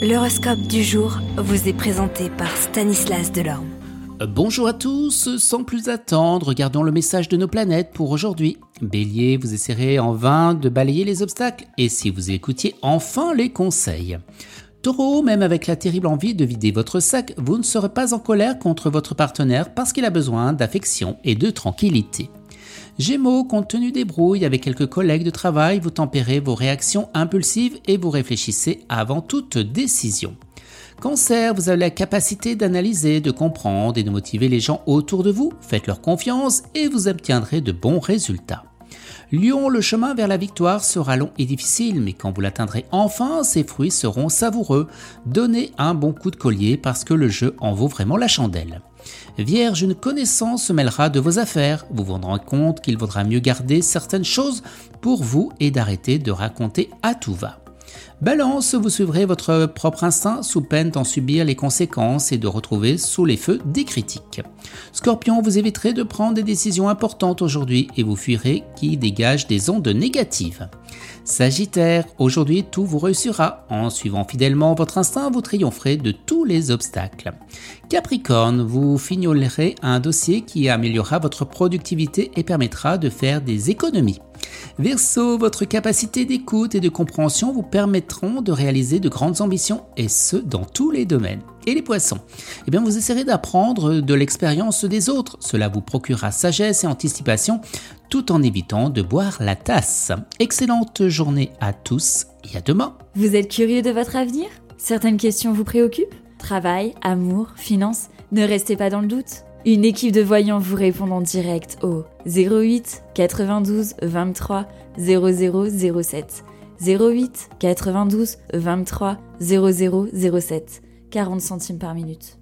L'horoscope du jour vous est présenté par Stanislas Delorme. Bonjour à tous, sans plus attendre, regardons le message de nos planètes pour aujourd'hui. Bélier, vous essaierez en vain de balayer les obstacles, et si vous écoutiez enfin les conseils. Taureau, même avec la terrible envie de vider votre sac, vous ne serez pas en colère contre votre partenaire parce qu'il a besoin d'affection et de tranquillité. Gémeaux, compte tenu des brouilles avec quelques collègues de travail, vous tempérez vos réactions impulsives et vous réfléchissez avant toute décision. Cancer, vous avez la capacité d'analyser, de comprendre et de motiver les gens autour de vous, faites-leur confiance et vous obtiendrez de bons résultats. Lion, le chemin vers la victoire sera long et difficile, mais quand vous l'atteindrez enfin, ses fruits seront savoureux. Donnez un bon coup de collier parce que le jeu en vaut vraiment la chandelle. Vierge, une connaissance se mêlera de vos affaires. Vous vous rendrez compte qu'il vaudra mieux garder certaines choses pour vous et d'arrêter de raconter à tout va. Balance, vous suivrez votre propre instinct sous peine d'en subir les conséquences et de retrouver sous les feux des critiques. Scorpion, vous éviterez de prendre des décisions importantes aujourd'hui et vous fuirez qui dégagent des ondes négatives. Sagittaire, aujourd'hui tout vous réussira. En suivant fidèlement votre instinct, vous triompherez de tous les obstacles. Capricorne, vous fignolerez un dossier qui améliorera votre productivité et permettra de faire des économies. Verseau, votre capacité d'écoute et de compréhension vous permettront de réaliser de grandes ambitions et ce dans tous les domaines. Et les poissons, vous essaierez d'apprendre de l'expérience des autres. Cela vous procurera sagesse et anticipation tout en évitant de boire la tasse. Excellente journée à tous et à demain. Vous êtes curieux de votre avenir ? Certaines questions vous préoccupent ? Travail, amour, finances ? Ne restez pas dans le doute. Une équipe de voyants vous répond en direct au 08 92 23 0007. 08 92 23 0007. 40 centimes par minute.